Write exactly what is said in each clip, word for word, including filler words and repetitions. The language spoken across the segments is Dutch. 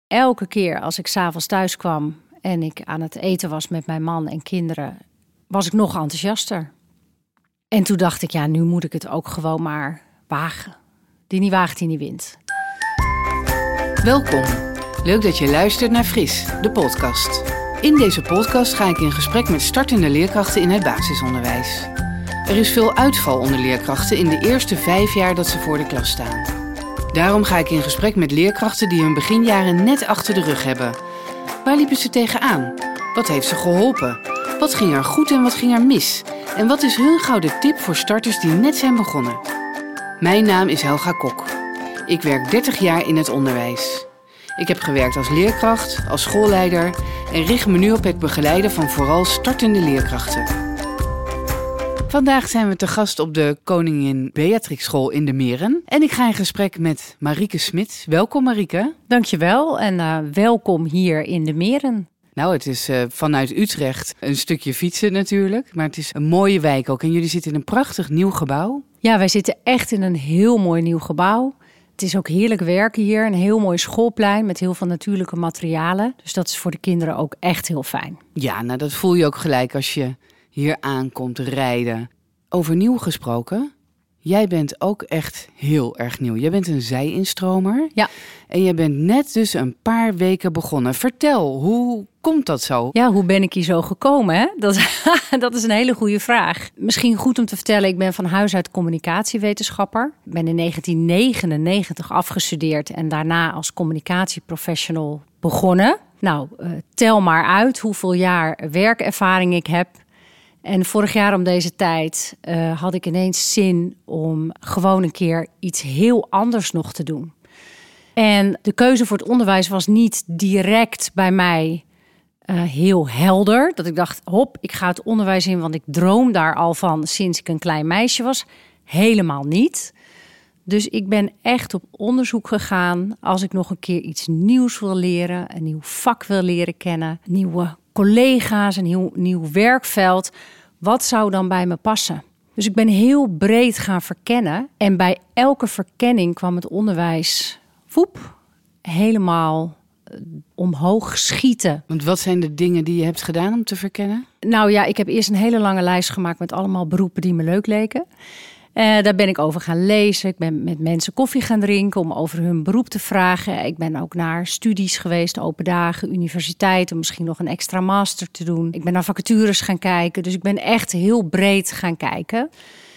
elke keer als ik 's avonds thuis kwam en ik aan het eten was met mijn man en kinderen, was ik nog enthousiaster. En toen dacht ik, ja, nu moet ik het ook gewoon maar wagen. Die niet waagt, die niet wint. Welkom. Leuk dat je luistert naar Fris, de podcast. In deze podcast ga ik in gesprek met startende leerkrachten in het basisonderwijs. Er is veel uitval onder leerkrachten in de eerste vijf jaar dat ze voor de klas staan. Daarom ga ik in gesprek met leerkrachten die hun beginjaren net achter de rug hebben. Waar liepen ze tegenaan? Wat heeft ze geholpen? Wat ging er goed en wat ging er mis? En wat is hun gouden tip voor starters die net zijn begonnen? Mijn naam is Helga Kok. Ik werk dertig jaar in het onderwijs. Ik heb gewerkt als leerkracht, als schoolleider en richt me nu op het begeleiden van vooral startende leerkrachten. Vandaag zijn we te gast op de Koningin Beatrix School in de Meren. En ik ga in gesprek met Marieke Smit. Welkom Marieke. Dankjewel en uh, welkom hier in de Meren. Nou, het is uh, vanuit Utrecht een stukje fietsen natuurlijk. Maar het is een mooie wijk ook. En jullie zitten in een prachtig nieuw gebouw. Ja, wij zitten echt in een heel mooi nieuw gebouw. Het is ook heerlijk werken hier. Een heel mooi schoolplein met heel veel natuurlijke materialen. Dus dat is voor de kinderen ook echt heel fijn. Ja, nou dat voel je ook gelijk als je hier aankomt rijden. Over nieuw gesproken, jij bent ook echt heel erg nieuw. Jij bent een zij-instromer. Ja. En jij bent net dus een paar weken begonnen. Vertel, hoe komt dat zo? Ja, hoe ben ik hier zo gekomen? Hè? Dat, dat is een hele goede vraag. Misschien goed om te vertellen, ik ben van huis uit communicatiewetenschapper. Ik ben in negentien negenennegentig afgestudeerd en daarna als communicatieprofessional begonnen. Nou, uh, tel maar uit hoeveel jaar werkervaring ik heb. En vorig jaar om deze tijd uh, had ik ineens zin om gewoon een keer iets heel anders nog te doen. En de keuze voor het onderwijs was niet direct bij mij uh, heel helder. Dat ik dacht, hop, ik ga het onderwijs in, want ik droom daar al van sinds ik een klein meisje was. Helemaal niet. Dus ik ben echt op onderzoek gegaan als ik nog een keer iets nieuws wil leren, een nieuw vak wil leren kennen, nieuwe collega's, een heel nieuw werkveld. Wat zou dan bij me passen? Dus ik ben heel breed gaan verkennen. En bij elke verkenning kwam het onderwijs woep, helemaal omhoog schieten. Want wat zijn de dingen die je hebt gedaan om te verkennen? Nou ja, ik heb eerst een hele lange lijst gemaakt met allemaal beroepen die me leuk leken. Uh, daar ben ik over gaan lezen. Ik ben met mensen koffie gaan drinken om over hun beroep te vragen. Ik ben ook naar studies geweest, open dagen, universiteiten, om misschien nog een extra master te doen. Ik ben naar vacatures gaan kijken. Dus ik ben echt heel breed gaan kijken.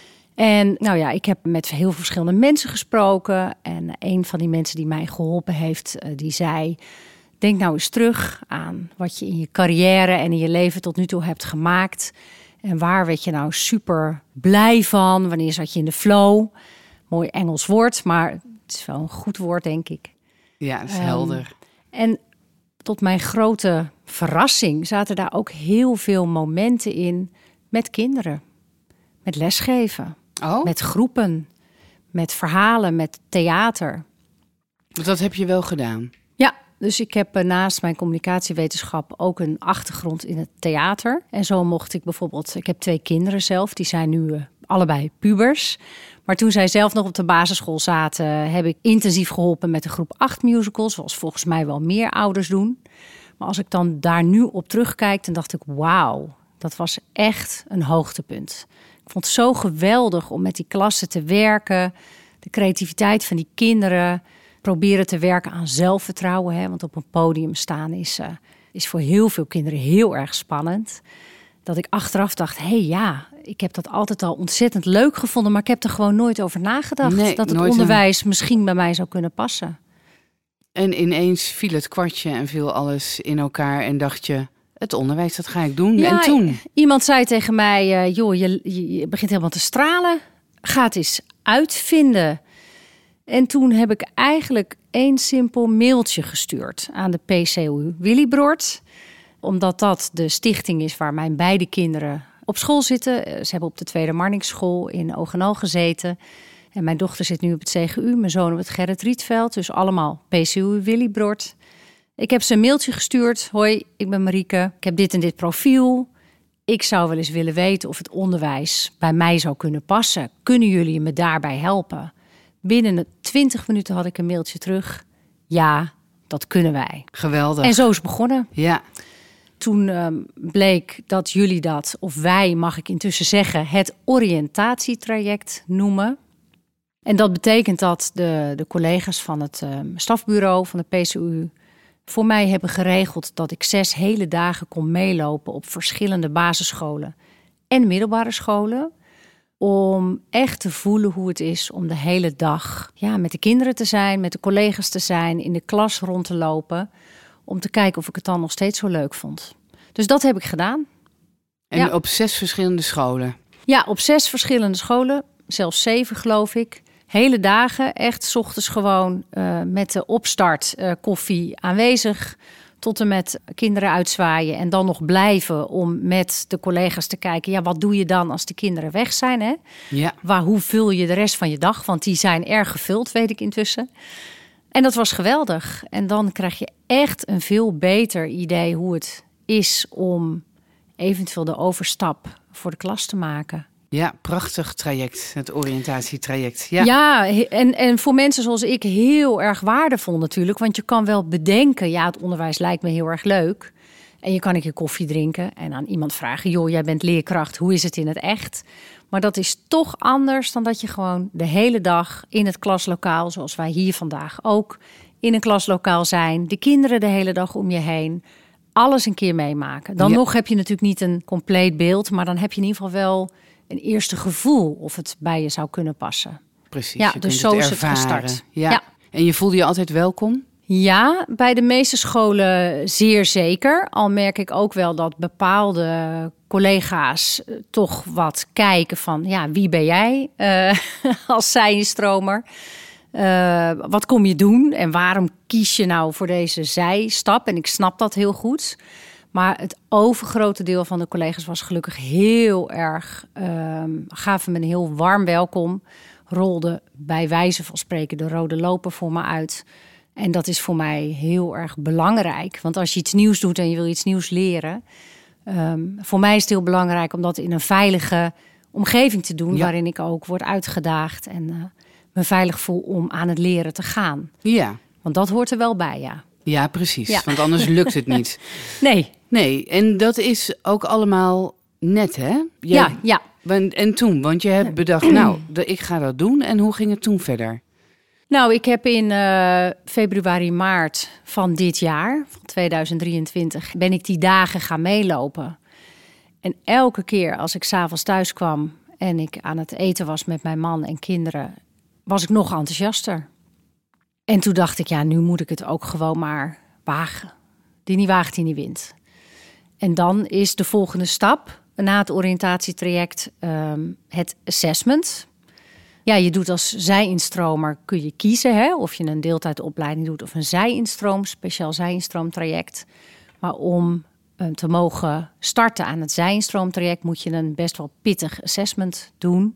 En nou ja, ik heb met heel veel verschillende mensen gesproken. En een van die mensen die mij geholpen heeft, uh, die zei, denk nou eens terug aan wat je in je carrière en in je leven tot nu toe hebt gemaakt. En waar werd je nou super blij van? Wanneer zat je in de flow? Mooi Engels woord, maar het is wel een goed woord, denk ik. Ja, het is um, helder. En tot mijn grote verrassing zaten daar ook heel veel momenten in met kinderen. Met lesgeven, Oh? met groepen, met verhalen, met theater. Dat heb je wel gedaan? Ja. Dus ik heb naast mijn communicatiewetenschap ook een achtergrond in het theater. En zo mocht ik bijvoorbeeld, ik heb twee kinderen zelf, die zijn nu uh, allebei pubers. Maar toen zij zelf nog op de basisschool zaten, heb ik intensief geholpen met de groep acht musical, zoals volgens mij wel meer ouders doen. Maar als ik dan daar nu op terugkijk, dan dacht ik, wauw, dat was echt een hoogtepunt. Ik vond het zo geweldig om met die klassen te werken, de creativiteit van die kinderen, proberen te werken aan zelfvertrouwen. Hè? Want op een podium staan is, uh, is voor heel veel kinderen heel erg spannend. Dat ik achteraf dacht, hé hey, ja, ik heb dat altijd al ontzettend leuk gevonden, maar ik heb er gewoon nooit over nagedacht. Nee, dat het nooit onderwijs een... misschien bij mij zou kunnen passen. En ineens viel het kwartje en viel alles in elkaar en dacht je, het onderwijs, dat ga ik doen. Ja, en toen? Iemand zei tegen mij, uh, joh, je, je, je begint helemaal te stralen. Ga het eens uitvinden. En toen heb ik eigenlijk één simpel mailtje gestuurd aan de P C O U Willibrord. Omdat dat de stichting is waar mijn beide kinderen op school zitten. Ze hebben op de Tweede Marnixschool in Oog en Al gezeten. En mijn dochter zit nu op het C G U, mijn zoon op het Gerrit Rietveld. Dus allemaal P C O U Willibrord. Ik heb ze een mailtje gestuurd. Hoi, ik ben Marieke. Ik heb dit en dit profiel. Ik zou wel eens willen weten of het onderwijs bij mij zou kunnen passen. Kunnen jullie me daarbij helpen? Binnen twintig minuten had ik een mailtje terug. Ja, dat kunnen wij. Geweldig. En zo is het begonnen. Ja. Toen um, bleek dat jullie dat, of wij mag ik intussen zeggen, het oriëntatietraject noemen. En dat betekent dat de, de collega's van het um, stafbureau van de P C U voor mij hebben geregeld dat ik zes hele dagen kon meelopen op verschillende basisscholen en middelbare scholen. Om echt te voelen hoe het is om de hele dag ja, met de kinderen te zijn, met de collega's te zijn, in de klas rond te lopen. Om te kijken of ik het dan nog steeds zo leuk vond. Dus dat heb ik gedaan. En ja. op zes verschillende scholen? Ja, op zes verschillende scholen. Zelfs zeven, geloof ik. Hele dagen. Echt 's ochtends gewoon uh, met de opstart uh, koffie aanwezig. Tot en met kinderen uitzwaaien. En dan nog blijven om met de collega's te kijken. Ja, wat doe je dan als de kinderen weg zijn? Hè? Ja. Waar, hoe vul je de rest van je dag? Want die zijn erg gevuld, weet ik intussen. En dat was geweldig. En dan krijg je echt een veel beter idee hoe het is om eventueel de overstap voor de klas te maken. Ja, prachtig traject, het oriëntatietraject. Ja, ja en, en voor mensen zoals ik heel erg waardevol natuurlijk. Want je kan wel bedenken, ja, het onderwijs lijkt me heel erg leuk. En je kan een keer koffie drinken en aan iemand vragen, joh, jij bent leerkracht, hoe is het in het echt? Maar dat is toch anders dan dat je gewoon de hele dag in het klaslokaal, zoals wij hier vandaag ook, in een klaslokaal zijn. De kinderen de hele dag om je heen. Alles een keer meemaken. Dan ja. nog heb je natuurlijk niet een compleet beeld, maar dan heb je in ieder geval wel een eerste gevoel of het bij je zou kunnen passen. Precies, ja, je dus kunt zo het is het gestart. Ja. ja. En je voelde je altijd welkom? Ja, bij de meeste scholen zeer zeker. Al merk ik ook wel dat bepaalde collega's toch wat kijken van, ja, wie ben jij uh, als zijstromer? Uh, wat kom je doen en waarom kies je nou voor deze zijstap? En ik snap dat heel goed. Maar het overgrote deel van de collega's was gelukkig heel erg, uh, gaven me een heel warm welkom. Rolde bij wijze van spreken de rode loper voor me uit. En dat is voor mij heel erg belangrijk. Want als je iets nieuws doet en je wil iets nieuws leren, Um, voor mij is het heel belangrijk om dat in een veilige omgeving te doen, ja. waarin ik ook word uitgedaagd en uh, me veilig voel om aan het leren te gaan. Ja. Want dat hoort er wel bij, ja. Ja, precies. Ja. Want anders lukt het niet. Nee. Nee, en dat is ook allemaal net, hè? Jij, ja, ja. En toen, want je hebt bedacht, nou, ik ga dat doen. En hoe ging het toen verder? Nou, ik heb in uh, februari, maart van dit jaar, van tweeduizend drieëntwintig, ben ik die dagen gaan meelopen. En elke keer als ik 's avonds thuis kwam en ik aan het eten was met mijn man en kinderen, was ik nog enthousiaster. En toen dacht ik, ja, nu moet ik het ook gewoon maar wagen. Die niet waagt, die niet wint. En dan is de volgende stap na het oriëntatietraject um, het assessment. Ja, je doet als zij-instromer, kun je kiezen, hè, of je een deeltijdopleiding doet of een zij-instroom, speciaal zij-instroomtraject. Maar om uh, te mogen starten aan het zij-instroomtraject moet je een best wel pittig assessment doen.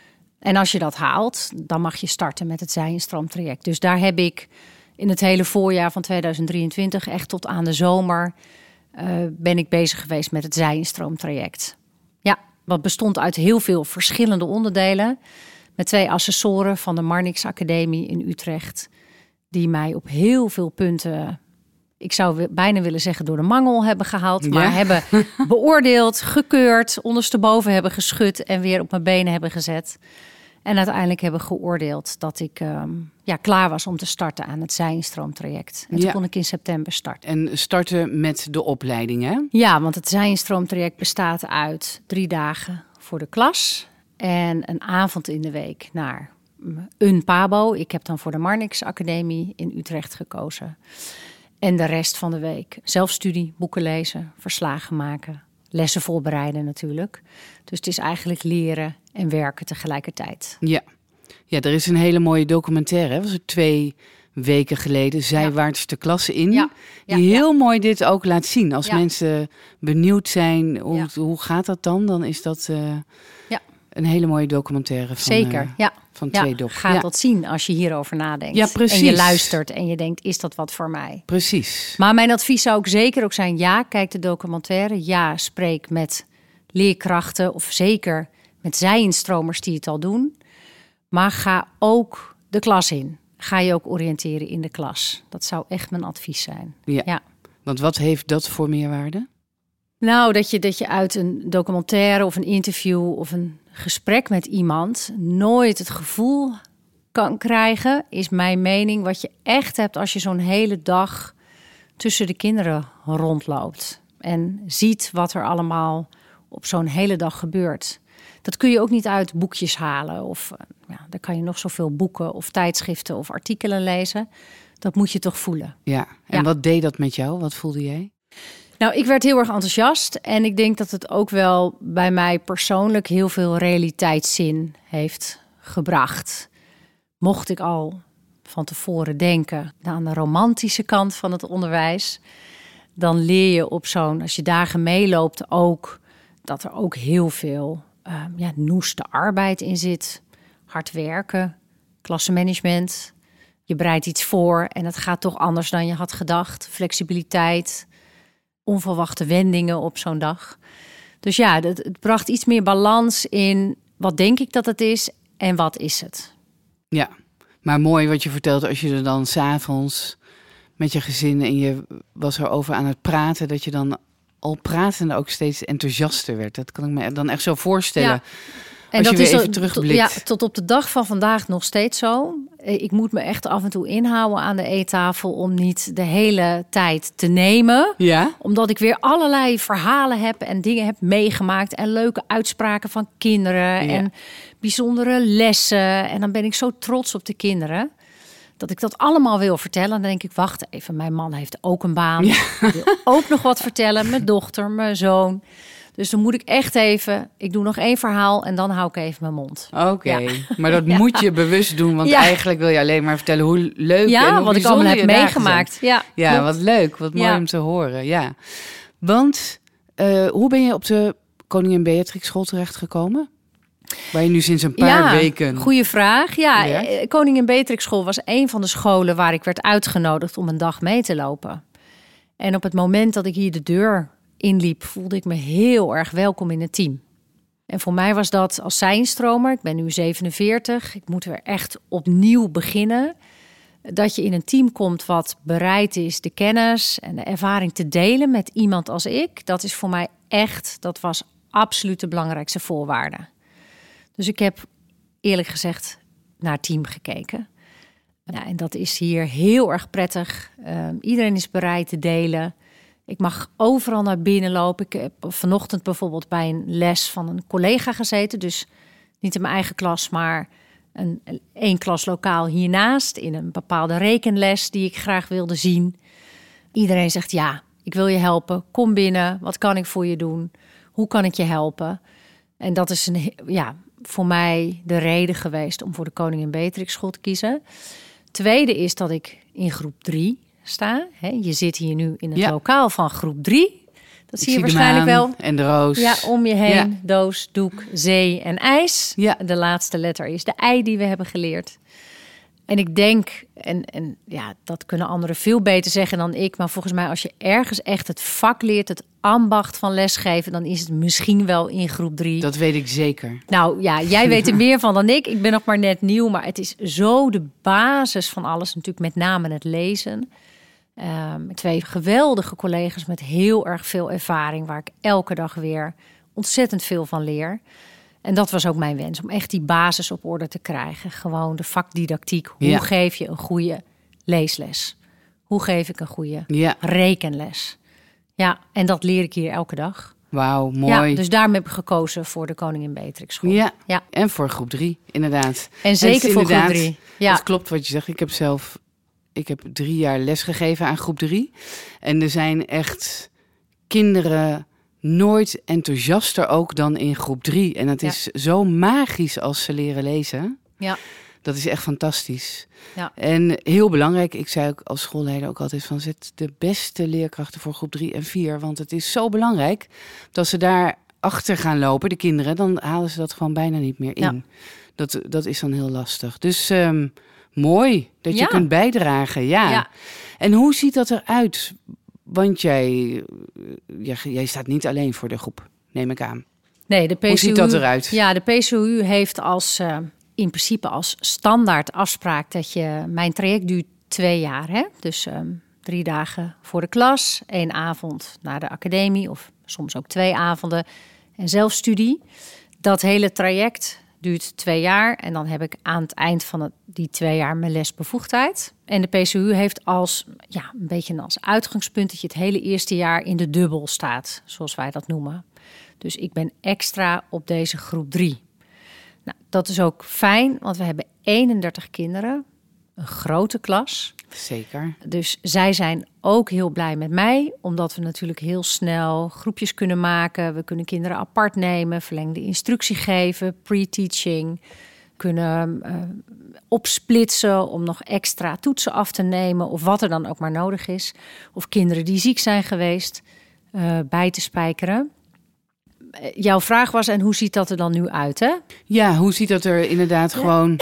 En als je dat haalt, dan mag je starten met het zij-instroomtraject. Dus daar heb ik in het hele voorjaar van tweeduizend drieëntwintig, echt tot aan de zomer, uh, ben ik bezig geweest met het zij-instroomtraject. Ja, wat bestond uit heel veel verschillende onderdelen. Met twee assessoren van de Marnix Academie in Utrecht, die mij op heel veel punten, ik zou bijna willen zeggen, door de mangel hebben gehaald. Maar ja. hebben beoordeeld, gekeurd, ondersteboven hebben geschud en weer op mijn benen hebben gezet. En uiteindelijk hebben geoordeeld dat ik um, ja, klaar was om te starten aan het zij-instroomtraject. En toen ja. kon ik in september starten. En starten met de opleiding, hè? Ja, want het zij-instroomtraject bestaat uit drie dagen voor de klas en een avond in de week naar een pabo. Ik heb dan voor de Marnix Academie in Utrecht gekozen. En de rest van de week zelfstudie, boeken lezen, verslagen maken, lessen voorbereiden natuurlijk. Dus het is eigenlijk leren en werken tegelijkertijd. Ja, ja, er is een hele mooie documentaire, hè? Was het twee weken geleden, Zijwaarts de klasse in. Ja. Ja, die heel ja. mooi dit ook laat zien. Als ja. mensen benieuwd zijn, hoe, ja. hoe gaat dat dan? Dan is dat uh, ja. een hele mooie documentaire van, Zeker, uh, ja. van ja. twee doc. Ga ja. dat zien als je hierover nadenkt. Ja, precies. En je luistert en je denkt, is dat wat voor mij? Precies. Maar mijn advies zou ook zeker ook zijn, ja, kijk de documentaire. Ja, spreek met leerkrachten of zeker met zij-instromers die het al doen. Maar ga ook de klas in. ga je ook oriënteren in de klas. Dat zou echt mijn advies zijn. Ja, ja. Want wat heeft dat voor meerwaarde? Nou, dat je, dat je uit een documentaire of een interview of een gesprek met iemand nooit het gevoel kan krijgen, is mijn mening, wat je echt hebt als je zo'n hele dag tussen de kinderen rondloopt en ziet wat er allemaal op zo'n hele dag gebeurt. Dat kun je ook niet uit boekjes halen of ja, daar kan je nog zoveel boeken of tijdschriften of artikelen lezen. Dat moet je toch voelen. Ja, en ja. Wat deed dat met jou? Wat voelde jij? Nou, ik werd heel erg enthousiast en ik denk dat het ook wel bij mij persoonlijk heel veel realiteitszin heeft gebracht. Mocht ik al van tevoren denken aan de romantische kant van het onderwijs, dan leer je op zo'n, als je dagen meeloopt ook, dat er ook heel veel uh, ja, noeste arbeid in zit. Hard werken, klassenmanagement. Je bereidt iets voor en het gaat toch anders dan je had gedacht. Flexibiliteit, onverwachte wendingen op zo'n dag. Dus ja, het, het bracht iets meer balans in wat denk ik dat het is en wat is het. Ja, maar mooi wat je vertelt als je er dan 's avonds met je gezin en je was erover aan het praten, dat je dan al pratende ook steeds enthousiaster werd. Dat kan ik me dan echt zo voorstellen. Ja. En als dat je is weer even terugblikt. Ja, tot op de dag van vandaag nog steeds zo. Ik moet me echt af en toe inhouden aan de eettafel om niet de hele tijd te nemen. Ja? Omdat ik weer allerlei verhalen heb en dingen heb meegemaakt en leuke uitspraken van kinderen ja. en bijzondere lessen. En dan ben ik zo trots op de kinderen dat ik dat allemaal wil vertellen. Dan denk ik, wacht even, mijn man heeft ook een baan. Ja. Ik wil ook nog wat vertellen, mijn dochter, mijn zoon. Dus dan moet ik echt even, ik doe nog één verhaal en dan hou ik even mijn mond. Oké, okay. ja. Maar dat ja. moet je bewust doen, want ja. eigenlijk wil je alleen maar vertellen hoe leuk ja, en hoe wat ik allemaal heb meegemaakt. Ja, ja wat leuk, wat mooi ja. om te horen. Ja, want uh, hoe ben je op de Koningin Beatrix School terechtgekomen? Waar je nu sinds een paar ja, weken... Goeie vraag. Ja, ja, Koningin Beatrix School was een van de scholen waar ik werd uitgenodigd om een dag mee te lopen. En op het moment dat ik hier de deur inliep, voelde ik me heel erg welkom in het team. En voor mij was dat als zijnstromer, ik ben nu zevenenveertig, ik moet weer echt opnieuw beginnen. Dat je in een team komt wat bereid is de kennis en de ervaring te delen met iemand als ik. Dat is voor mij echt, dat was absoluut de belangrijkste voorwaarde. Dus ik heb eerlijk gezegd naar het team gekeken. Ja, en dat is hier heel erg prettig. Uh, iedereen is bereid te delen. Ik mag overal naar binnen lopen. Ik heb vanochtend bijvoorbeeld bij een les van een collega gezeten. Dus niet in mijn eigen klas, maar een, één klas lokaal hiernaast. In een bepaalde rekenles die ik graag wilde zien. Iedereen zegt ja, ik wil je helpen. Kom binnen, wat kan ik voor je doen? Hoe kan ik je helpen? En dat is een, ja, voor mij de reden geweest om voor de Koningin Beatrix School te kiezen. Tweede is dat ik in groep drie sta. He, je zit hier nu in het ja. lokaal van groep drie. Dat ik zie je waarschijnlijk wel. En de roos. Ja, om je heen. Ja. Doos, doek, zee en ijs. Ja. De laatste letter is de ei die we hebben geleerd. En ik denk, en, en ja, dat kunnen anderen veel beter zeggen dan ik, maar volgens mij als je ergens echt het vak leert, het ambacht van lesgeven, dan is het misschien wel in groep drie. Dat weet ik zeker. Nou ja, jij weet er meer van dan ik. Ik ben nog maar net nieuw, maar het is zo de basis van alles. Natuurlijk met name het lezen. Um, twee geweldige collega's met heel erg veel ervaring, waar ik elke dag weer ontzettend veel van leer. En dat was ook mijn wens, om echt die basis op orde te krijgen. Gewoon de vakdidactiek. Hoe ja. geef je een goede leesles? Hoe geef ik een goede ja. rekenles? Ja, en dat leer ik hier elke dag. Wauw, mooi. Ja, dus daarom heb ik gekozen voor de Koningin Beatrix School. Ja, ja. En voor groep drie, inderdaad. En zeker en voor groep drie. Ja. Dat klopt wat je zegt. Ik heb zelf ik heb drie jaar lesgegeven aan groep drie. En er zijn echt kinderen nooit enthousiaster ook dan in groep drie. En het is ja. zo magisch als ze leren lezen. Ja. Dat is echt fantastisch. Ja. En heel belangrijk, ik zei ook als schoolleider ook altijd van zet de beste leerkrachten voor groep drie en vier. Want het is zo belangrijk dat ze daar achter gaan lopen, de kinderen. Dan halen ze dat gewoon bijna niet meer in. Ja. Dat, dat is dan heel lastig. Dus um, mooi dat je ja. kunt bijdragen. Ja. ja. En hoe ziet dat eruit? Want jij, ja, jij staat niet alleen voor de groep, neem ik aan. Nee, de P C U, hoe ziet dat eruit? Ja, de P C U heeft als uh, in principe als standaard afspraak dat je... Mijn traject duurt twee jaar, hè? Dus um, drie dagen voor de klas, één avond naar de academie... of soms ook twee avonden en zelfstudie. Dat hele traject duurt twee jaar... en dan heb ik aan het eind van het, die twee jaar mijn lesbevoegdheid. En de P C U heeft als, ja, een beetje als uitgangspunt... dat je het hele eerste jaar in de dubbel staat, zoals wij dat noemen. Dus ik ben extra op deze groep drie. Nou, dat is ook fijn, want we hebben eenendertig kinderen. Een grote klas. Zeker. Dus zij zijn ook heel blij met mij, omdat we natuurlijk heel snel groepjes kunnen maken. We kunnen kinderen apart nemen, verlengde instructie geven, pre-teaching. Kunnen uh, opsplitsen om nog extra toetsen af te nemen of wat er dan ook maar nodig is. Of kinderen die ziek zijn geweest, uh, bij te spijkeren. Jouw vraag was, en hoe ziet dat er dan nu uit, hè? Ja, hoe ziet dat er inderdaad gewoon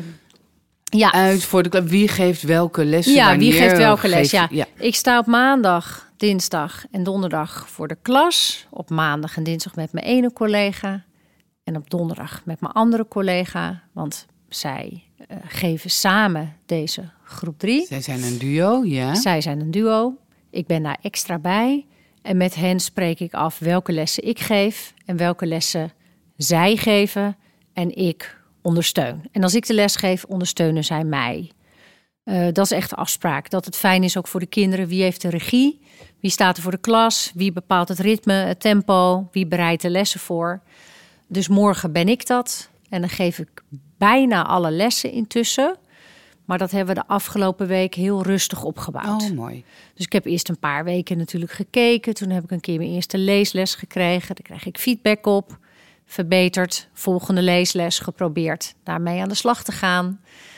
ja. uit voor de... Wie geeft welke lessen? Ja, wanneer, wie geeft welke les? geeft, ja. ja. Ik sta op maandag, dinsdag en donderdag voor de klas. Op maandag en dinsdag met mijn ene collega. En op donderdag met mijn andere collega. Want zij uh, geven samen deze groep drie. Zij zijn een duo, ja. Zij zijn een duo. Ik ben daar extra bij. En met hen spreek ik af welke lessen ik geef en welke lessen zij geven en ik ondersteun. En als ik de les geef, ondersteunen zij mij. Uh, dat is echt de afspraak. Dat het fijn is ook voor de kinderen. Wie heeft de regie? Wie staat er voor de klas? Wie bepaalt het ritme, het tempo? Wie bereidt de lessen voor? Dus morgen ben ik dat. En dan geef ik bijna alle lessen intussen. Maar dat hebben we de afgelopen week heel rustig opgebouwd. Oh, mooi. Dus ik heb eerst een paar weken natuurlijk gekeken. Toen heb ik een keer mijn eerste leesles gekregen. Daar krijg ik feedback op. Verbeterd. Volgende leesles geprobeerd daarmee aan de slag te gaan.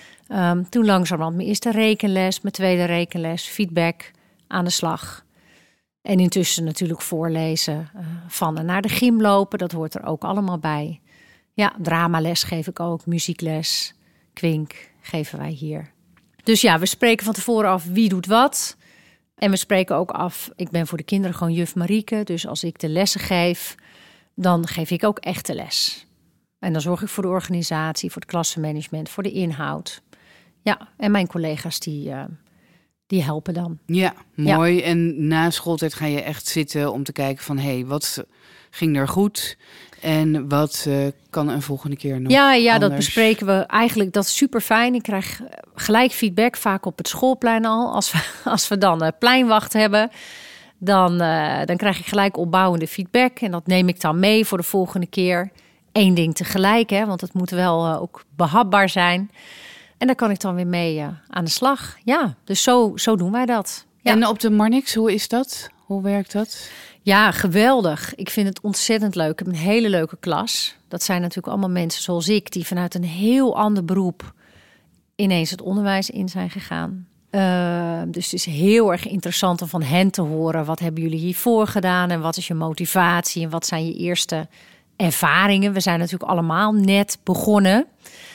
Um, toen langzamerhand mijn eerste rekenles, mijn tweede rekenles, feedback aan de slag. En intussen natuurlijk voorlezen, uh, van en naar de gym lopen. Dat hoort er ook allemaal bij. Ja, dramales geef ik ook, muziekles, kwink geven wij hier. Dus ja, we spreken van tevoren af wie doet wat. En we spreken ook af, ik ben voor de kinderen gewoon juf Marieke. Dus als ik de lessen geef, dan geef ik ook echte les. En dan zorg ik voor de organisatie, voor het klassenmanagement, voor de inhoud. Ja, en mijn collega's die, uh, die helpen dan. Ja, mooi. Ja. En na schooltijd ga je echt zitten om te kijken van... hé, hey, wat ging er goed en wat uh, kan een volgende keer nog Ja, ja anders? Dat bespreken we eigenlijk. Dat is super fijn. Ik krijg gelijk feedback, vaak op het schoolplein al. Als we, als we dan uh, pleinwacht hebben, dan, uh, dan krijg ik gelijk opbouwende feedback. En dat neem ik dan mee voor de volgende keer. Eén ding tegelijk, hè, want het moet wel uh, ook behapbaar zijn. En daar kan ik dan weer mee uh, aan de slag. Ja, dus zo, zo doen wij dat. Ja. En op de Marnix, hoe is dat? Hoe werkt dat? Ja, geweldig. Ik vind het ontzettend leuk. Ik heb een hele leuke klas. Dat zijn natuurlijk allemaal mensen zoals ik... die vanuit een heel ander beroep ineens het onderwijs in zijn gegaan. Uh, dus het is heel erg interessant om van hen te horen... wat hebben jullie hiervoor gedaan en wat is je motivatie... en wat zijn je eerste ervaringen. We zijn natuurlijk allemaal net begonnen...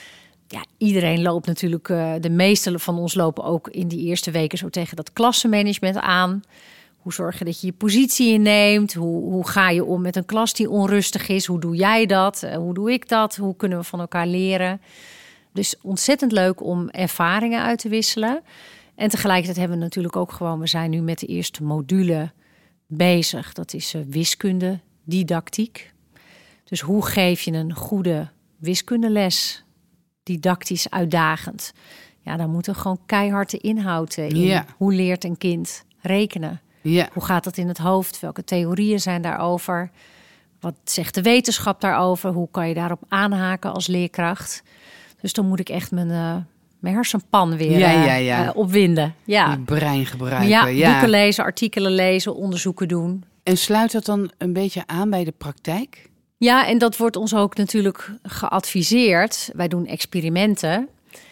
Ja, iedereen loopt natuurlijk, uh, de meeste van ons lopen ook in die eerste weken zo tegen dat klassenmanagement aan. Hoe zorg je dat je je positie inneemt? Hoe, hoe ga je om met een klas die onrustig is? Hoe doe jij dat? Uh, hoe doe ik dat? Hoe kunnen we van elkaar leren? Dus ontzettend leuk om ervaringen uit te wisselen. En tegelijkertijd hebben we natuurlijk ook gewoon, we zijn nu met de eerste module bezig. Dat is uh, wiskunde, didactiek. Dus hoe geef je een goede wiskundeles? Didactisch uitdagend. Ja, dan moet er gewoon keihard de inhoud in. Ja. Hoe leert een kind rekenen? Ja. Hoe gaat dat in het hoofd? Welke theorieën zijn daarover? Wat zegt de wetenschap daarover? Hoe kan je daarop aanhaken als leerkracht? Dus dan moet ik echt mijn, uh, mijn hersenpan weer ja, ja, ja. Uh, opwinden. Ja. Je brein gebruiken. Ja, ja, boeken lezen, artikelen lezen, onderzoeken doen. En sluit dat dan een beetje aan bij de praktijk? Ja, en dat wordt ons ook natuurlijk geadviseerd. Wij doen experimenten.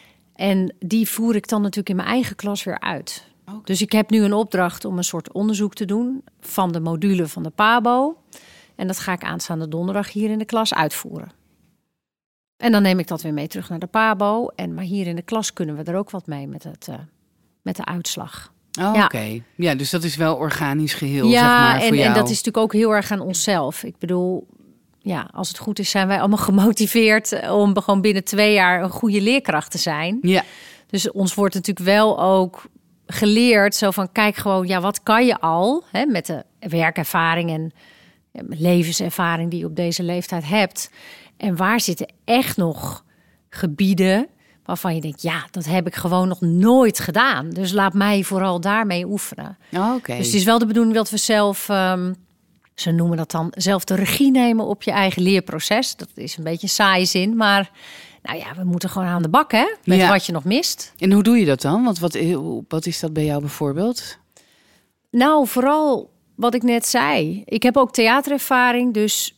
En die voer ik dan natuurlijk in mijn eigen klas weer uit. Okay. Dus ik heb nu een opdracht om een soort onderzoek te doen... van de module van de P A B O. En dat ga ik aanstaande donderdag hier in de klas uitvoeren. En dan neem ik dat weer mee terug naar de P A B O. En, maar hier in de klas kunnen we er ook wat mee met, het, uh, met de uitslag. Oh, ja. Oké, okay. Ja, dus dat is wel organisch geheel, ja, zeg maar, en, voor jou. en dat is natuurlijk ook heel erg aan onszelf. Ik bedoel... ja, als het goed is, zijn wij allemaal gemotiveerd om gewoon binnen twee jaar een goede leerkracht te zijn. Ja. Dus ons wordt natuurlijk wel ook geleerd, zo van kijk gewoon, ja, wat kan je al, hè, met de werkervaring en levenservaring die je op deze leeftijd hebt. En waar zitten echt nog gebieden waarvan je denkt, ja, dat heb ik gewoon nog nooit gedaan. Dus laat mij vooral daarmee oefenen. Oh, okay. Dus het is wel de bedoeling dat we zelf, um, ze noemen dat dan, zelf de regie nemen op je eigen leerproces. Dat is een beetje een saaie zin, maar nou ja, we moeten gewoon aan de bak, hè, met ja. wat je nog mist. En hoe doe je dat dan? Want wat, wat is dat bij jou bijvoorbeeld? Nou, vooral wat ik net zei. Ik heb ook theaterervaring, dus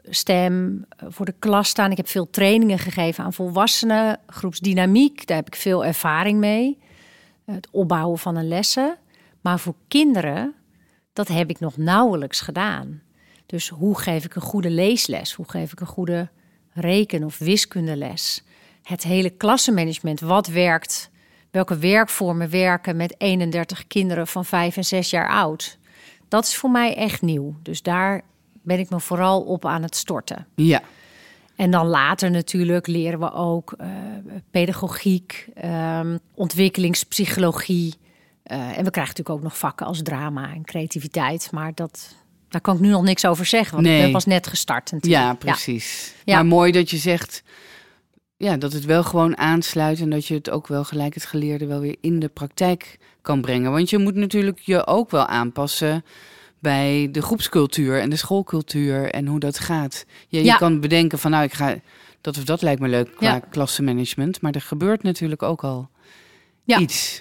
stem voor de klas staan. Ik heb veel trainingen gegeven aan volwassenen, groepsdynamiek. Daar heb ik veel ervaring mee. Het opbouwen van een lessen. Maar voor kinderen, dat heb ik nog nauwelijks gedaan. Dus hoe geef ik een goede leesles? Hoe geef ik een goede reken- of wiskundeles? Het hele klassenmanagement, wat werkt? Welke werkvormen werken met eenendertig kinderen van vijf en zes jaar oud? Dat is voor mij echt nieuw. Dus daar ben ik me vooral op aan het storten. Ja. En dan later natuurlijk leren we ook uh, pedagogiek, um, ontwikkelingspsychologie. Uh, en we krijgen natuurlijk ook nog vakken als drama en creativiteit. Maar dat, daar kan ik nu nog niks over zeggen, want nee. ik ben pas net gestart natuurlijk. Ja, precies. Ja. Maar mooi dat je zegt, ja, dat het wel gewoon aansluit en dat je het ook wel gelijk het geleerde wel weer in de praktijk kan brengen. Want je moet natuurlijk je ook wel aanpassen bij de groepscultuur en de schoolcultuur en hoe dat gaat. Je, je ja. kan bedenken van, nou, ik ga dat of dat lijkt me leuk qua ja. klassenmanagement, maar er gebeurt natuurlijk ook al ja. iets.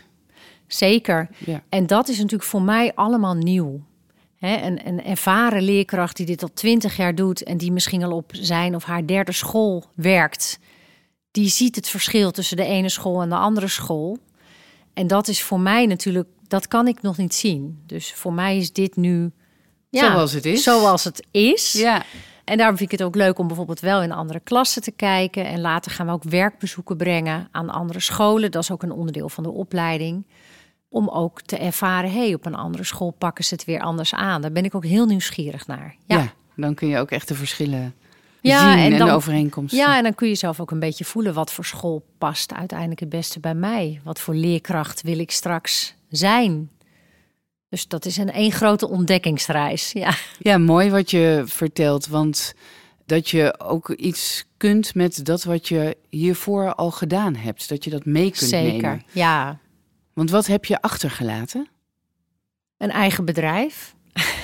Zeker. Ja. En dat is natuurlijk voor mij allemaal nieuw. He, een, een ervaren leerkracht die dit al twintig jaar doet en die misschien al op zijn of haar derde school werkt, die ziet het verschil tussen de ene school en de andere school. En dat is voor mij natuurlijk, dat kan ik nog niet zien. Dus voor mij is dit nu ja, zoals het is. Zoals het is. Ja. En daarom vind ik het ook leuk om bijvoorbeeld wel in andere klassen te kijken. En later gaan we ook werkbezoeken brengen aan andere scholen. Dat is ook een onderdeel van de opleiding. Om ook te ervaren, hé, hey, op een andere school pakken ze het weer anders aan. Daar ben ik ook heel nieuwsgierig naar. Ja, ja dan kun je ook echt de verschillen ja, zien en, en dan, de overeenkomsten. Ja, en dan kun je zelf ook een beetje voelen wat voor school past uiteindelijk het beste bij mij. Wat voor leerkracht wil ik straks zijn? Dus dat is een één grote ontdekkingsreis. Ja. ja, mooi wat je vertelt, want dat je ook iets kunt met dat wat je hiervoor al gedaan hebt. Dat je dat mee kunt Zeker, nemen. Zeker, ja. Want wat heb je achtergelaten? Een eigen bedrijf.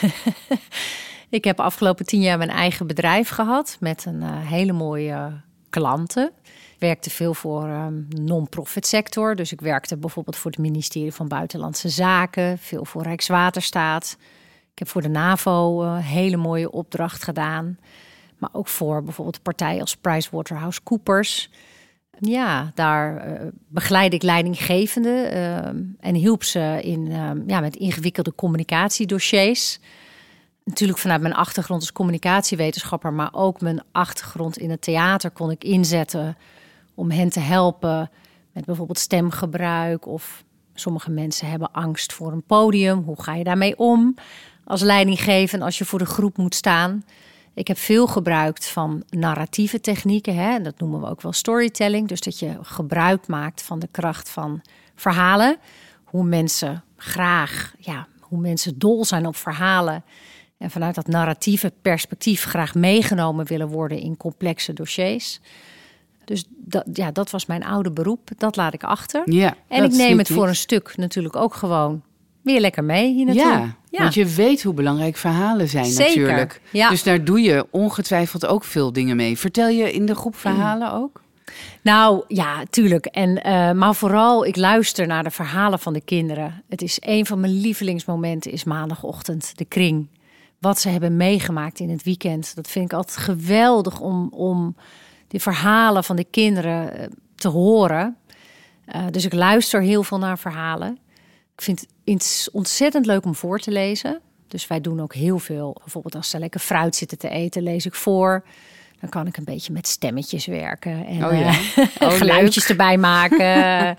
Ik heb afgelopen tien jaar mijn eigen bedrijf gehad met een uh, hele mooie klanten. Ik werkte veel voor um, non-profit sector. Dus ik werkte bijvoorbeeld voor het ministerie van Buitenlandse Zaken, veel voor Rijkswaterstaat. Ik heb voor de NAVO een uh, hele mooie opdracht gedaan. Maar ook voor bijvoorbeeld partijen als PricewaterhouseCoopers. Ja, daar uh, begeleid ik leidinggevenden uh, en hielp ze in, uh, ja, met ingewikkelde communicatiedossiers. Natuurlijk vanuit mijn achtergrond als communicatiewetenschapper, maar ook mijn achtergrond in het theater kon ik inzetten om hen te helpen met bijvoorbeeld stemgebruik. Of sommige mensen hebben angst voor een podium. Hoe ga je daarmee om als leidinggevende als je voor de groep moet staan? Ik heb veel gebruikt van narratieve technieken. Hè? Dat noemen we ook wel storytelling. Dus dat je gebruik maakt van de kracht van verhalen. Hoe mensen graag, ja, hoe mensen dol zijn op verhalen. En vanuit dat narratieve perspectief graag meegenomen willen worden in complexe dossiers. Dus dat, ja, dat was mijn oude beroep. Dat laat ik achter. Ja, en ik neem het voor een stuk natuurlijk ook gewoon weer lekker mee hier naartoe. Ja, ja, want je weet hoe belangrijk verhalen zijn. Zeker, natuurlijk. Ja. Dus daar doe je ongetwijfeld ook veel dingen mee. Vertel je in de groep verhalen ook? Nou, ja, tuurlijk. En, uh, maar vooral, ik luister naar de verhalen van de kinderen. Het is een van mijn lievelingsmomenten is maandagochtend, de kring. Wat ze hebben meegemaakt in het weekend. Dat vind ik altijd geweldig om, om die verhalen van de kinderen te horen. Uh, dus ik luister heel veel naar verhalen. Ik vind het ontzettend leuk om voor te lezen. Dus wij doen ook heel veel. Bijvoorbeeld als ze lekker fruit zitten te eten, lees ik voor. Dan kan ik een beetje met stemmetjes werken. En oh, ja. uh, oh, geluidjes erbij maken.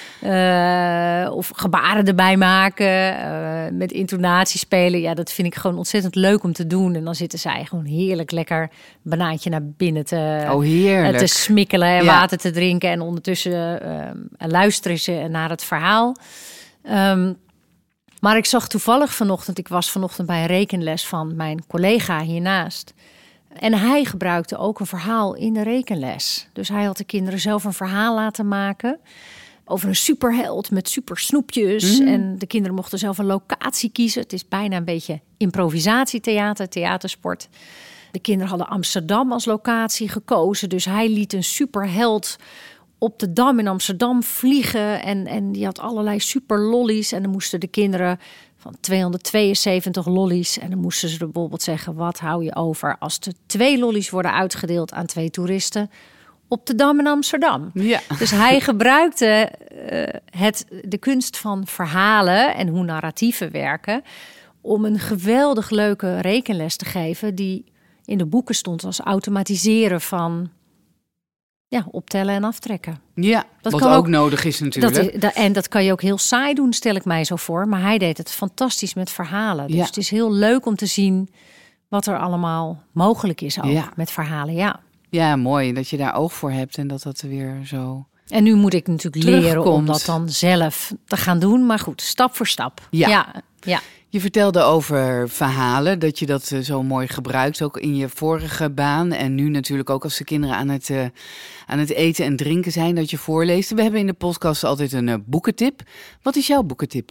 Uh, of gebaren erbij maken. Uh, met intonatie spelen. Ja, dat vind ik gewoon ontzettend leuk om te doen. En dan zitten zij gewoon heerlijk lekker een banaantje naar binnen te, oh, heerlijk. te smikkelen. En ja. water te drinken. En ondertussen uh, luisteren ze naar het verhaal. Um, maar ik zag toevallig vanochtend... Ik was vanochtend bij een rekenles van mijn collega hiernaast... En hij gebruikte ook een verhaal in de rekenles. Dus hij had de kinderen zelf een verhaal laten maken... over een superheld met super snoepjes. Mm. En de kinderen mochten zelf een locatie kiezen. Het is bijna een beetje improvisatietheater, theatersport. De kinderen hadden Amsterdam als locatie gekozen. Dus hij liet een superheld op de Dam in Amsterdam vliegen. En, en die had allerlei super lollies. En dan moesten de kinderen... van tweehonderdtweeënzeventig lollies. En dan moesten ze bijvoorbeeld zeggen... wat hou je over als er twee lollies worden uitgedeeld aan twee toeristen... op de Dam in Amsterdam. Ja. Dus hij gebruikte uh, het, de kunst van verhalen... en hoe narratieven werken... om een geweldig leuke rekenles te geven... die in de boeken stond als automatiseren van... ja, optellen en aftrekken. Ja, dat wat kan ook, ook nodig is natuurlijk. Dat is, dat, en dat kan je ook heel saai doen, stel ik mij zo voor. Maar hij deed het fantastisch met verhalen. Dus ja. het is heel leuk om te zien wat er allemaal mogelijk is ook ja. met verhalen. Ja. ja, mooi dat je daar oog voor hebt en dat dat weer zo... En nu moet ik natuurlijk leren om dat dan zelf te gaan doen. Maar goed, stap voor stap. Ja. ja, ja. Je vertelde over verhalen, dat je dat uh, zo mooi gebruikt, ook in je vorige baan. En nu natuurlijk ook als de kinderen aan het, uh, aan het eten en drinken zijn, dat je voorleest. We hebben in de podcast altijd een uh, boekentip. Wat is jouw boekentip?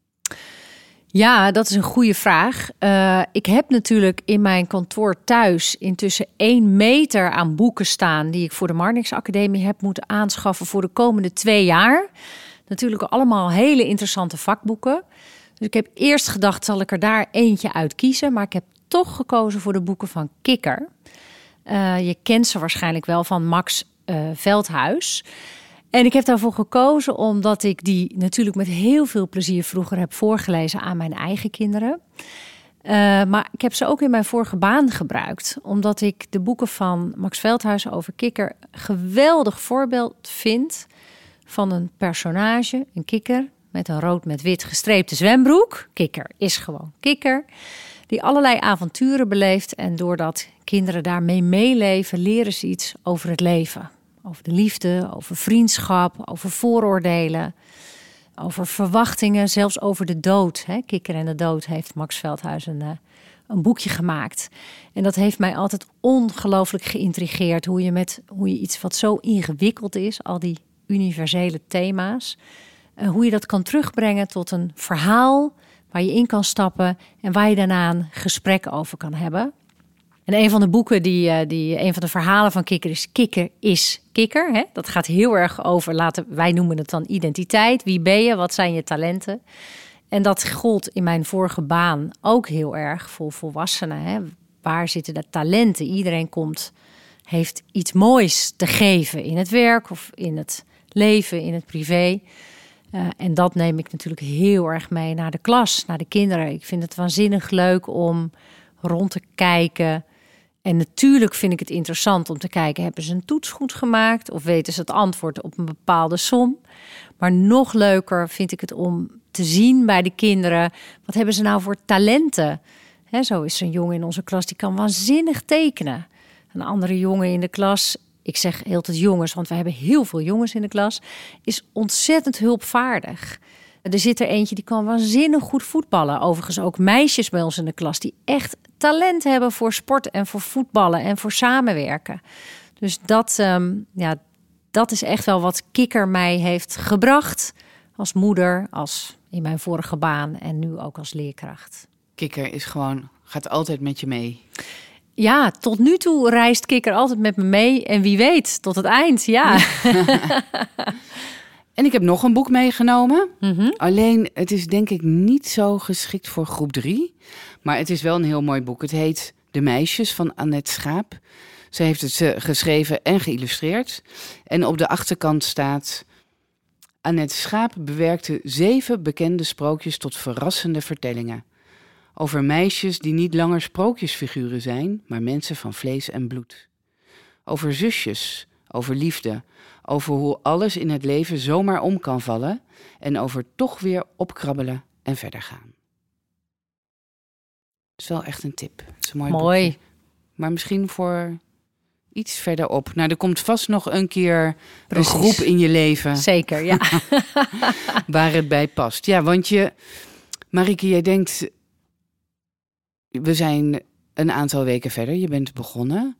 Ja, dat is een goede vraag. Uh, ik heb natuurlijk in mijn kantoor thuis intussen één meter aan boeken staan... die ik voor de Marnix Academie heb moeten aanschaffen voor de komende twee jaar. Natuurlijk allemaal hele interessante vakboeken. Dus ik heb eerst gedacht, zal ik er daar eentje uit kiezen? Maar ik heb toch gekozen voor de boeken van Kikker. Uh, je kent ze waarschijnlijk wel van Max uh, Veldhuis. En ik heb daarvoor gekozen omdat ik die natuurlijk met heel veel plezier vroeger heb voorgelezen aan mijn eigen kinderen. Uh, maar ik heb ze ook in mijn vorige baan gebruikt. Omdat ik de boeken van Max Veldhuis over Kikker een geweldig voorbeeld vind van een personage, een kikker, met een rood met wit gestreepte zwembroek. Kikker is gewoon Kikker. Die allerlei avonturen beleeft. En doordat kinderen daarmee meeleven, leren ze iets over het leven. Over de liefde, over vriendschap, over vooroordelen, over verwachtingen, zelfs over de dood. Hè? Kikker en de dood heeft Max Veldhuis een, uh, een boekje gemaakt. En dat heeft mij altijd ongelooflijk geïntrigeerd. Hoe je met hoe je iets wat zo ingewikkeld is, al die universele thema's, uh, hoe je dat kan terugbrengen tot een verhaal waar je in kan stappen en waar je daarna een gesprek over kan hebben. En een van de boeken, die, die, een van de verhalen van Kikker is Kikker is Kikker. Hè? Dat gaat heel erg over, laten, wij noemen het dan identiteit. Wie ben je? Wat zijn je talenten? En dat gold in mijn vorige baan ook heel erg voor volwassenen. Hè? Waar zitten de talenten? Iedereen komt, heeft iets moois te geven in het werk of in het leven, in het privé. Uh, en dat neem ik natuurlijk heel erg mee naar de klas, naar de kinderen. Ik vind het waanzinnig leuk om rond te kijken. En natuurlijk vind ik het interessant om te kijken, hebben ze een toets goed gemaakt of weten ze het antwoord op een bepaalde som? Maar nog leuker vind ik het om te zien bij de kinderen, wat hebben ze nou voor talenten? He, zo is er een jongen in onze klas die kan waanzinnig tekenen. Een andere jongen in de klas, ik zeg heel tijd jongens, want we hebben heel veel jongens in de klas, is ontzettend hulpvaardig. Er zit er eentje die kan waanzinnig goed voetballen. Overigens ook meisjes bij ons in de klas die echt talent hebben voor sport en voor voetballen en voor samenwerken. Dus dat, um, ja, dat is echt wel wat Kikker mij heeft gebracht als moeder, als in mijn vorige baan en nu ook als leerkracht. Kikker is gewoon, gaat altijd met je mee. Ja, tot nu toe reist Kikker altijd met me mee en wie weet, tot het eind, ja. En ik heb nog een boek meegenomen. Mm-hmm. Alleen, het is denk ik niet zo geschikt voor groep drie. Maar het is wel een heel mooi boek. Het heet De Meisjes van Annette Schaap. Ze heeft het geschreven en geïllustreerd. En op de achterkant staat: Annette Schaap bewerkte zeven bekende sprookjes tot verrassende vertellingen. Over meisjes die niet langer sprookjesfiguren zijn, maar mensen van vlees en bloed. Over zusjes, over liefde, over hoe alles in het leven zomaar om kan vallen en over toch weer opkrabbelen en verder gaan. Dat is wel echt een tip. Het is een mooi, mooi. boekje. Maar misschien voor iets verderop. Nou, er komt vast nog een keer Precies. een groep in je leven. Zeker, ja. waar het bij past. Ja, want je, Marieke, jij denkt, we zijn een aantal weken verder. Je bent begonnen.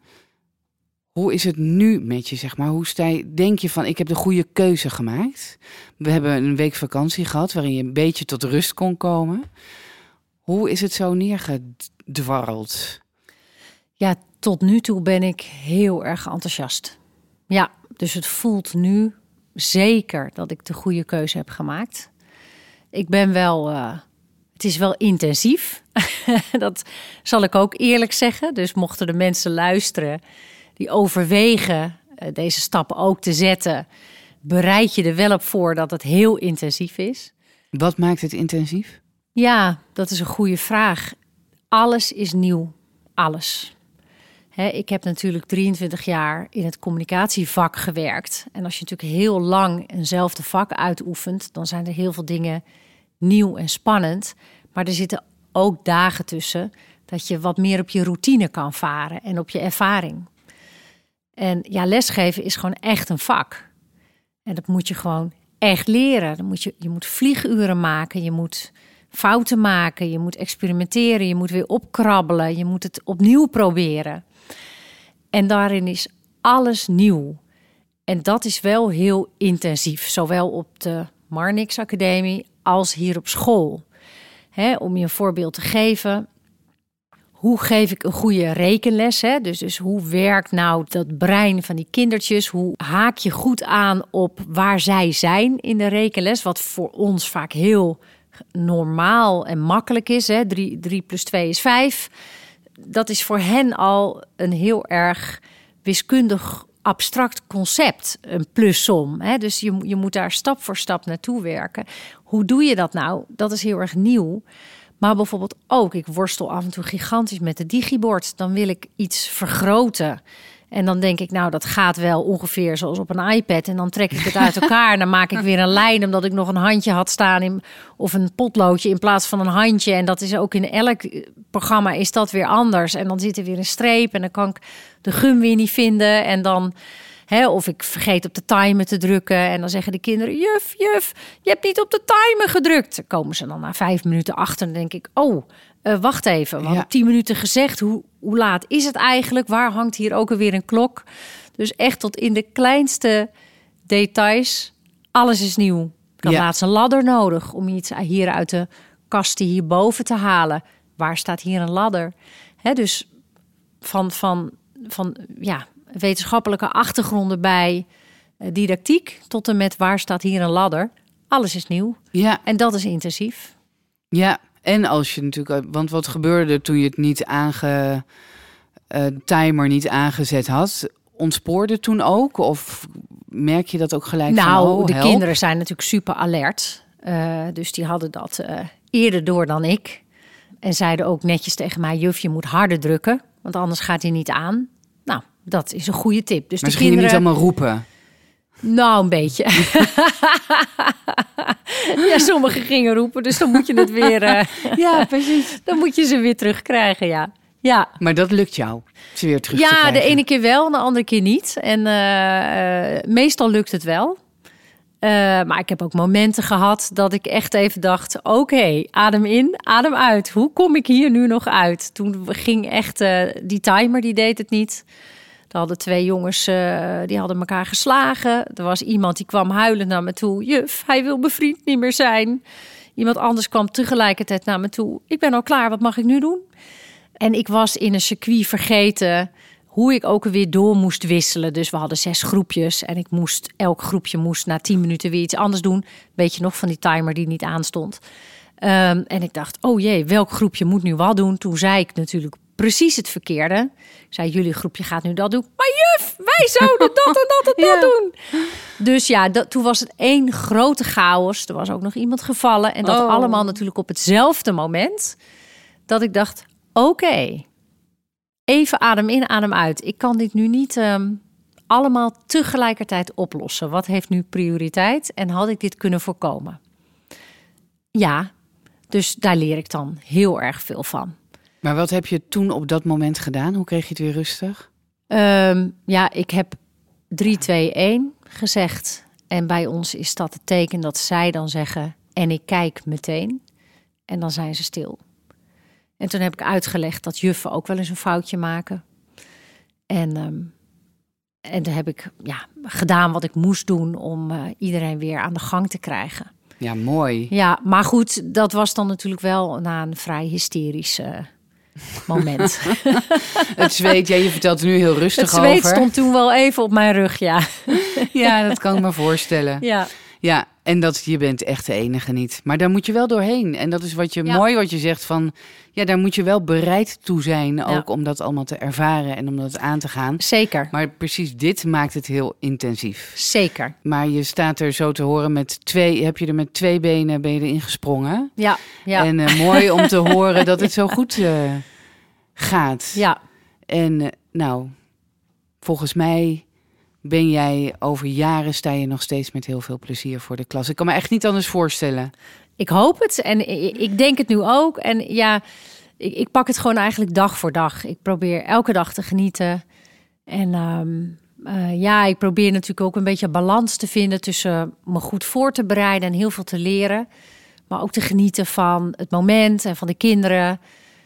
Hoe is het nu met je, zeg maar? Hoe sta je, denk je van, ik heb de goede keuze gemaakt? We hebben een week vakantie gehad waarin je een beetje tot rust kon komen. Hoe is het zo neergedwarreld? Ja, tot nu toe ben ik heel erg enthousiast. Ja, dus het voelt nu zeker dat ik de goede keuze heb gemaakt. Ik ben wel, uh, het is wel intensief. Dat zal ik ook eerlijk zeggen. Dus mochten de mensen luisteren die overwegen uh, deze stappen ook te zetten, bereid je er wel op voor dat het heel intensief is. Wat maakt het intensief? Ja, dat is een goede vraag. Alles is nieuw. Alles. He, ik heb natuurlijk drieëntwintig jaar in het communicatievak gewerkt. En als je natuurlijk heel lang eenzelfde vak uitoefent, dan zijn er heel veel dingen nieuw en spannend. Maar er zitten ook dagen tussen dat je wat meer op je routine kan varen en op je ervaring. En ja, lesgeven is gewoon echt een vak. En dat moet je gewoon echt leren. Dan moet je, je moet vlieguren maken, je moet fouten maken, je moet experimenteren, je moet weer opkrabbelen, je moet het opnieuw proberen. En daarin is alles nieuw. En dat is wel heel intensief, zowel op de Marnix Academie als hier op school. He, om je een voorbeeld te geven, hoe geef ik een goede rekenles? Hè? Dus, dus hoe werkt nou dat brein van die kindertjes? Hoe haak je goed aan op waar zij zijn in de rekenles? Wat voor ons vaak heel normaal en makkelijk is. Hè? Drie, drie plus twee is vijf. Dat is voor hen al een heel erg wiskundig abstract concept, een plussom. Hè? Dus je, je moet daar stap voor stap naartoe werken. Hoe doe je dat nou? Dat is heel erg nieuw. Maar bijvoorbeeld ook, ik worstel af en toe gigantisch met het digibord. Dan wil ik iets vergroten. En dan denk ik, nou, dat gaat wel ongeveer zoals op een iPad. En dan trek ik het uit elkaar en dan maak ik weer een lijn, omdat ik nog een handje had staan in, of een potloodje in plaats van een handje. En dat is ook in elk programma is dat weer anders. En dan zit er weer een streep en dan kan ik de gum weer niet vinden. En dan, hè, of ik vergeet op de timer te drukken. En dan zeggen de kinderen, juf, juf, je hebt niet op de timer gedrukt. Dan komen ze dan na vijf minuten achter en dan denk ik, oh, uh, wacht even. We hadden Ja. tien minuten gezegd, hoe, hoe laat is het eigenlijk? Waar hangt hier ook alweer een klok? Dus echt tot in de kleinste details, alles is nieuw. Ik had Ja. laatst een ladder nodig om iets hier uit de kasten hierboven te halen. Waar staat hier een ladder? Hè, dus van, van, van ja, wetenschappelijke achtergronden bij uh, didactiek tot en met waar staat hier een ladder. Alles is nieuw. Ja, En dat is intensief. ja. En als je natuurlijk, want wat gebeurde toen je het niet aange, uh, timer niet aangezet had? Ontspoorde toen ook? Of merk je dat ook gelijk? Nou, van, oh, de help? kinderen zijn natuurlijk super alert. Uh, dus die hadden dat uh, eerder door dan ik. En zeiden ook netjes tegen mij, juf, je moet harder drukken, want anders gaat hij niet aan. Nou, dat is een goede tip. Dus Maar de ze gingen kinderen niet allemaal roepen. Nou, een beetje. Ja, sommigen gingen roepen, dus dan moet je het weer. Uh, Ja, precies. Dan moet je ze weer terugkrijgen, ja. Ja. Maar dat lukt jou, ze weer terug te Ja, krijgen. de ene keer wel, de andere keer niet. En uh, uh, meestal lukt het wel. Uh, maar ik heb ook momenten gehad dat ik echt even dacht, oké, okay, adem in, adem uit. Hoe kom ik hier nu nog uit? Toen ging echt uh, die timer, die deed het niet. Er hadden twee jongens, uh, die hadden elkaar geslagen. Er was iemand die kwam huilend naar me toe. Juf, hij wil mijn vriend niet meer zijn. Iemand anders kwam tegelijkertijd naar me toe. Ik ben al klaar, wat mag ik nu doen? En ik was in een circuit vergeten hoe ik ook weer door moest wisselen. Dus we hadden zes groepjes en ik moest, elk groepje moest na tien minuten weer iets anders doen. Weet je nog van die timer die niet aanstond. Um, en ik dacht, oh jee, welk groepje moet nu wat doen? Toen zei ik natuurlijk precies het verkeerde. Ik zei, jullie groepje gaat nu dat doen. Maar juf, wij zouden dat en dat en dat Ja. doen. Dus ja, dat, toen was het één grote chaos. Er was ook nog iemand gevallen. En dat Oh. allemaal natuurlijk op hetzelfde moment. Dat ik dacht, oké, okay, even adem in, adem uit. Ik kan dit nu niet um, allemaal tegelijkertijd oplossen. Wat heeft nu prioriteit en had ik dit kunnen voorkomen? Ja, dus daar leer ik dan heel erg veel van. Maar wat heb je toen op dat moment gedaan? Hoe kreeg je het weer rustig? Um, ja, ik heb drie, twee, één gezegd. En bij ons is dat het teken dat zij dan zeggen... en ik kijk meteen. En dan zijn ze stil. En toen heb ik uitgelegd dat juffen ook wel eens een foutje maken. En, um, en toen heb ik ja, gedaan wat ik moest doen... om uh, iedereen weer aan de gang te krijgen. Ja, mooi. Ja, maar goed, dat was dan natuurlijk wel na een vrij hysterisch uh, moment. Het zweet, ja, je vertelt er nu heel rustig over. Het zweet over. Stond toen wel even op mijn rug, ja. Ja, dat kan ik me voorstellen. Ja. Ja, en dat je bent echt de enige niet. Maar daar moet je wel doorheen. En dat is wat je ja. mooi wat je zegt van... ja, daar moet je wel bereid toe zijn... ook ja. om dat allemaal te ervaren en om dat aan te gaan. Zeker. Maar precies dit maakt het heel intensief. Zeker. Maar je staat er zo te horen met twee... heb je er met twee benen ben je erin gesprongen. Ja. ja. En uh, mooi om te horen dat het zo goed uh, gaat. Ja. En uh, nou, volgens mij... ben jij over jaren, sta je nog steeds met heel veel plezier voor de klas. Ik kan me echt niet anders voorstellen. Ik hoop het en ik denk het nu ook. En ja, ik, ik pak het gewoon eigenlijk dag voor dag. Ik probeer elke dag te genieten. En um, uh, ja, ik probeer natuurlijk ook een beetje balans te vinden... tussen me goed voor te bereiden en heel veel te leren. Maar ook te genieten van het moment en van de kinderen.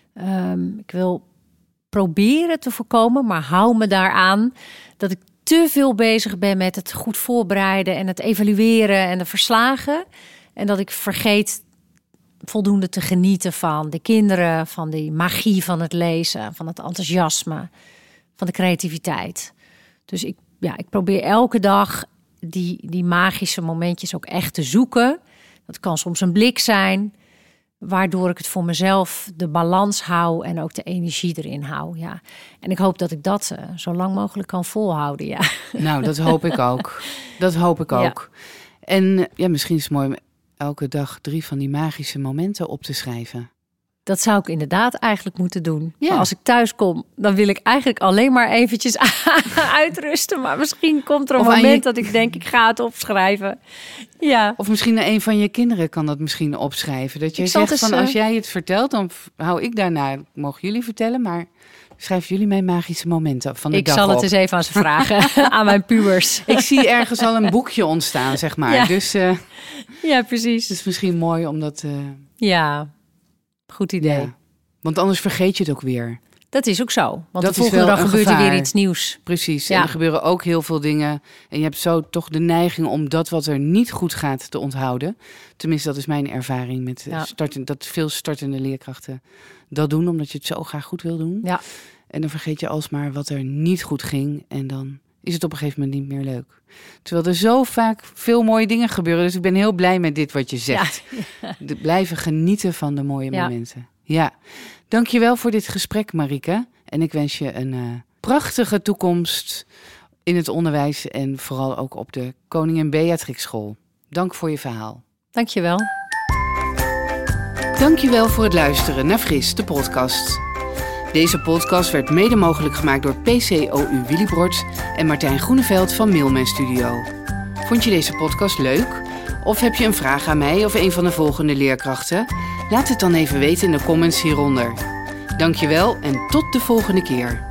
Um, ik wil proberen te voorkomen, maar hou me daaraan... dat ik te veel bezig ben met het goed voorbereiden en het evalueren en de verslagen. En dat ik vergeet voldoende te genieten van de kinderen, van die magie van het lezen, van het enthousiasme, van de creativiteit. Dus ik, ja, ik probeer elke dag die, die magische momentjes ook echt te zoeken. Dat kan soms een blik zijn, waardoor ik het voor mezelf de balans hou en ook de energie erin hou. Ja. En ik hoop dat ik dat uh, zo lang mogelijk kan volhouden. Ja. Nou, dat hoop ik ook. Dat hoop ik ook. Ja. En ja, misschien is het mooi om elke dag drie van die magische momenten op te schrijven. Dat zou ik inderdaad eigenlijk moeten doen. Ja. Maar als ik thuis kom, dan wil ik eigenlijk alleen maar eventjes uitrusten. Maar misschien komt er een of moment je... dat ik denk, ik ga het opschrijven. Ja. Of misschien een van je kinderen kan dat misschien opschrijven. Dat je ik zegt van, uh... als jij het vertelt, dan hou ik daarna, mogen jullie vertellen, maar schrijf jullie mijn magische momenten van de ik dag zal op. Het eens even aan ze vragen, aan mijn pubers. Ik zie ergens al een boekje ontstaan, zeg maar. Ja, dus, uh, ja precies. Het is misschien mooi om dat... Uh... Ja, goed idee. Ja. Want anders vergeet je het ook weer. Dat is ook zo. Want dat de volgende dag gebeurt er weer iets nieuws. Precies. Ja. En er gebeuren ook heel veel dingen. En je hebt zo toch de neiging om dat wat er niet goed gaat te onthouden. Tenminste, dat is mijn ervaring met ja. starten, dat veel startende leerkrachten dat doen. Omdat je het zo graag goed wil doen. Ja. En dan vergeet je alsmaar wat er niet goed ging. En dan is het op een gegeven moment niet meer leuk. Terwijl er zo vaak veel mooie dingen gebeuren. Dus ik ben heel blij met dit wat je zegt. Ja. Ja. De blijven genieten van de mooie ja. momenten. Ja. Dankjewel voor dit gesprek, Marieke. En ik wens je een uh, prachtige toekomst in het onderwijs en vooral ook op de Koningin Beatrix School. Dank voor je verhaal. Dankjewel. Dankjewel voor het luisteren naar Fris, de podcast. Deze podcast werd mede mogelijk gemaakt door P C O U Willibrord en Martijn Groeneveld van Mailman Studio. Vond je deze podcast leuk? Of heb je een vraag aan mij of een van de volgende leerkrachten? Laat het dan even weten in de comments hieronder. Dankjewel en tot de volgende keer.